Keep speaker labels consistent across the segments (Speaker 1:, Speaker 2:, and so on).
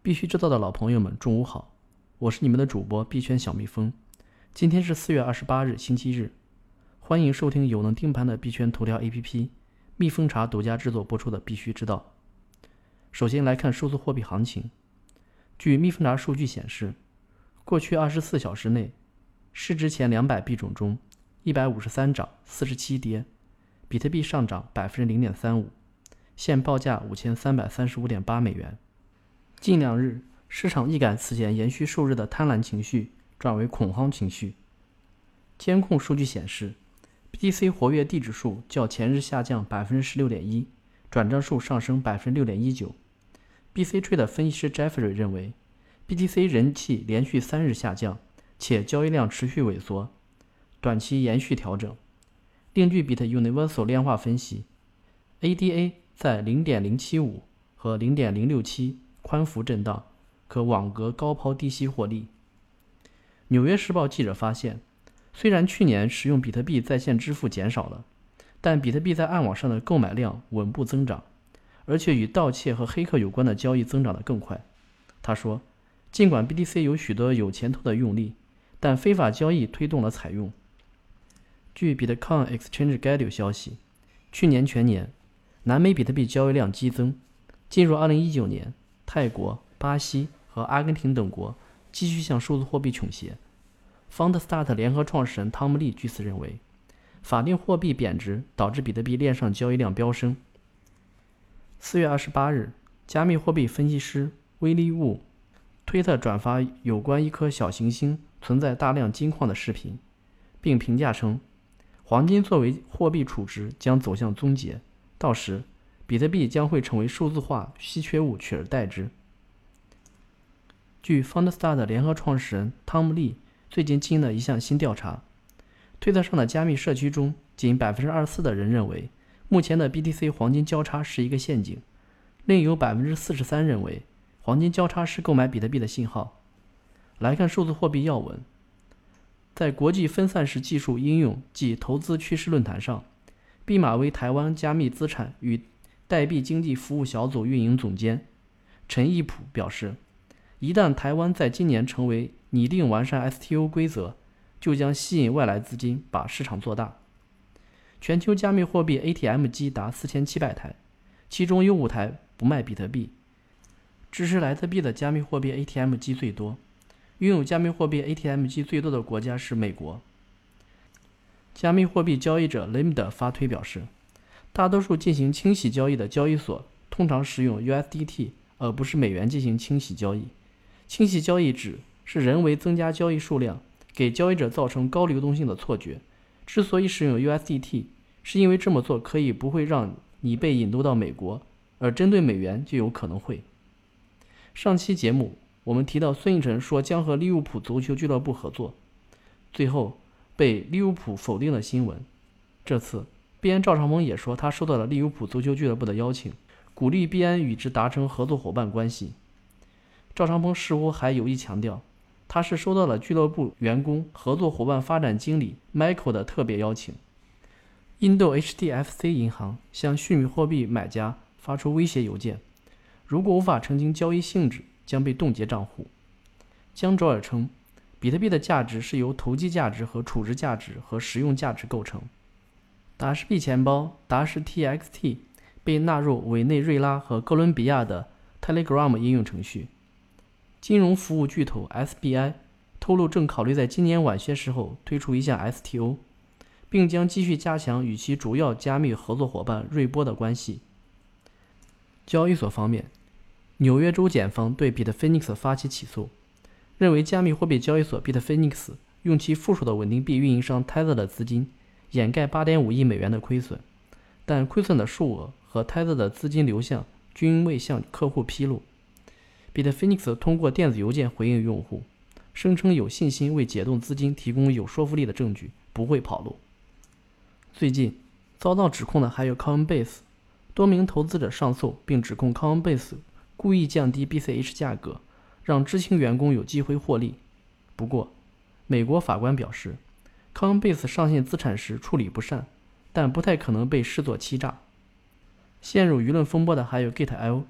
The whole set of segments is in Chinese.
Speaker 1: 必须知道的老朋友们，中午好，我是你们的主播币圈小蜜蜂。今天是4月28日，星期日，欢迎收听有能盯盘的币圈头条 APP 蜜蜂茶独家制作播出的必须知道。首先来看数字货币行情。据蜜蜂茶数据显示，过去24小时内，市值前200币种中153涨47跌，比特币上涨 0.35%， 现报价5335.8美元。近2日，市场一改此前延续数日的贪婪情绪，转为恐慌情绪。监控数据显示， BTC 活跃地址数较前日下降 16.1%， 转账数上升 6.19%。 BC Trade 分析师 Jeffrey 认为， BTC 人气连续3日下降，且交易量持续萎缩，短期延续调整。另据比特 Universal 量化分析， ADA 在 0.075 和 0.067宽幅震荡，可网格高抛低吸获利。纽约时报记者发现，虽然去年使用比特币在线支付减少了，但比特币在暗网上的购买量稳步增长，而且与盗窃和黑客有关的交易增长得更快。他说，尽管 BTC 有许多有前途的用例，但非法交易推动了采用。据 Bitcoin Exchange Guide 消息，去年全年南美比特币交易量激增，进入2019年，泰国、巴西和阿根廷等国继续向数字货币倾斜。Fundstart 联合创始人汤姆利据此认为，法定货币贬值导致比特币链上交易量飙升。4月28日，加密货币分析师威利·沃推特转发有关一颗小行星存在大量金矿的视频，并评价称，黄金作为货币储值将走向终结，到时比特币将会成为数字化稀缺物，取而代之。据 Fundstart 联合创始人汤姆利最近进行的一项新调查，推特上的加密社区中，仅 24% 的人认为目前的 BTC 黄金交叉是一个陷阱，另有 43% 认为黄金交叉是购买比特币的信号。来看数字货币要闻。在国际分散式技术应用及投资趋势论坛上，毕马威台湾加密资产与代币经济服务小组运营总监陈义普表示，一旦台湾在今年成为拟定完善 STO 规则，就将吸引外来资金把市场做大。全球加密货币 ATM 机达4700台，其中有5台不卖比特币。支持莱特币的加密货币 ATM 机最多，拥有加密货币 ATM 机最多的国家是美国。加密货币交易者 Lambda 发推表示，大多数进行清洗交易的交易所通常使用 USDT 而不是美元进行清洗交易。清洗交易指是人为增加交易数量，给交易者造成高流动性的错觉。之所以使用 USDT， 是因为这么做可以不会让你被引渡到美国，而针对美元就有可能会。上期节目我们提到孙颖晨说将和利物浦足球俱乐部合作，最后被利物浦否定了新闻。这次币安赵长鹏也说他收到了利物浦足球俱乐部的邀请，鼓励币安与之达成合作伙伴关系。赵长鹏似乎还有意强调，他是收到了俱乐部员工合作伙伴发展经理 Michael 的特别邀请。印度 HDFC 银行向虚拟货币买家发出威胁邮件，如果无法澄清交易性质，将被冻结账户。江卓尔称，比特币的价值是由投机价值和储值价值和实用价值构成。达世币钱包达世 TXT 被纳入委内瑞拉和哥伦比亚的 Telegram 应用程序。金融服务巨头 SBI 透露，正考虑在今年晚些时候推出一项 STO， 并将继续加强与其主要加密合作伙伴瑞波的关系。交易所方面，纽约州检方对 Bitfinex 发起起诉，认为加密货币交易所 Bitfinex 用其附属的稳定币运营商 Tether 的资金掩盖 8.5 亿美元的亏损，但亏损的数额和 Tether 的资金流向均未向客户披露。Bitfinex 通过电子邮件回应用户，声称有信心为解冻资金提供有说服力的证据，不会跑路。最近遭到指控的还有 Coinbase， 多名投资者上诉并指控 Coinbase 故意降低 BCH 价格，让知情员工有机会获利。不过，美国法官表示， Coinbase 上线资产时处理不善，但不太可能被视作欺诈。陷入舆论风波的还有 GitIO。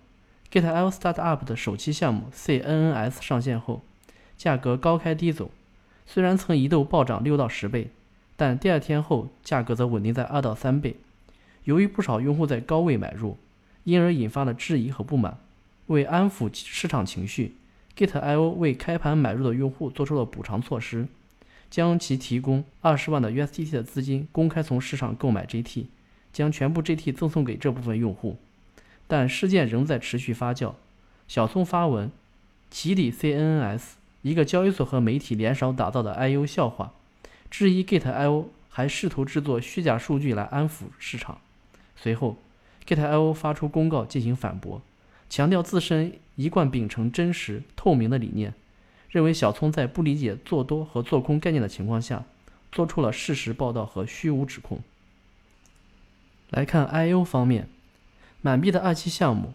Speaker 1: GitIO Startup 的首期项目 CNNS 上线后，价格高开低走，虽然曾一度暴涨6到10倍，但第二天后价格则稳定在2到3倍。由于不少用户在高位买入，因而引发了质疑和不满。为安抚市场情绪， GitIO 为开盘买入的用户做出了补偿措施，将其提供20万的 USDT 的资金公开从市场购买 GT， 将全部 GT 赠送给这部分用户。但事件仍在持续发酵。小松发文起底 CNNS， 一个交易所和媒体联手打造的 IO 笑话，质疑 GitIO 还试图制作虚假数据来安抚市场。随后 GitIO 发出公告进行反驳，强调自身一贯秉承真实透明的理念，认为小松在不理解做多和做空概念的情况下，做出了事实报道和虚无指控。来看 IO 方面，满币的2期项目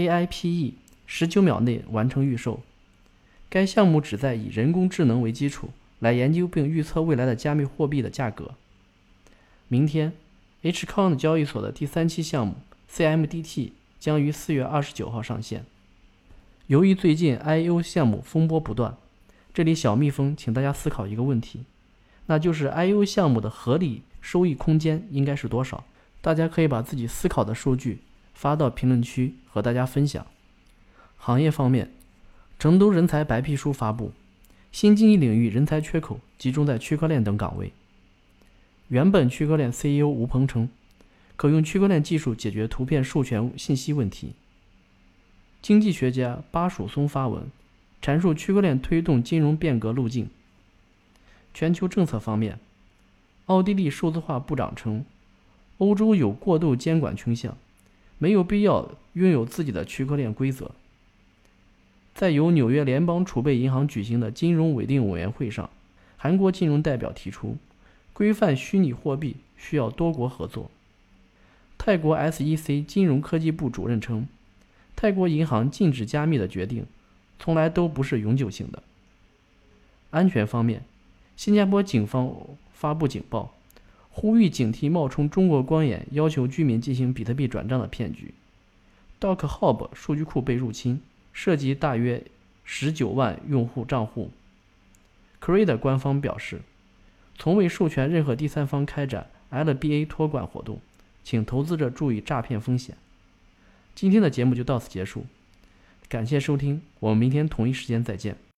Speaker 1: AIPE 19秒内完成预售。该项目旨在以人工智能为基础，来研究并预测未来的加密货币的价格。明天 Hcon 交易所的第3期项目 CMDT 将于4月29号上线。由于最近 IO 项目风波不断，这里小蜜蜂请大家思考一个问题，那就是 IO 项目的合理收益空间应该是多少？大家可以把自己思考的数据发到评论区和大家分享。行业方面，成都人才白皮书发布，新经济领域人才缺口集中在区块链等岗位。原本区块链 CEO 吴鹏称，可用区块链技术解决图片授权信息问题。经济学家巴曙松发文，阐述区块链推动金融变革路径。全球政策方面，奥地利数字化部长称，欧洲有过度监管倾向，没有必要拥有自己的区块链规则。在由纽约联邦储备银行举行的金融稳定委员会上，韩国金融代表提出，规范虚拟货币需要多国合作。泰国 SEC 金融科技部主任称，泰国银行禁止加密的决定从来都不是永久性的。安全方面，新加坡警方发布警报，呼吁警惕冒充中国官员要求居民进行比特币转账的骗局。DocHub 数据库被入侵，涉及大约19万用户账户。Creda 官方表示，从未授权任何第三方开展 LBA 托管活动，请投资者注意诈骗风险。今天的节目就到此结束，感谢收听，我们明天同一时间再见。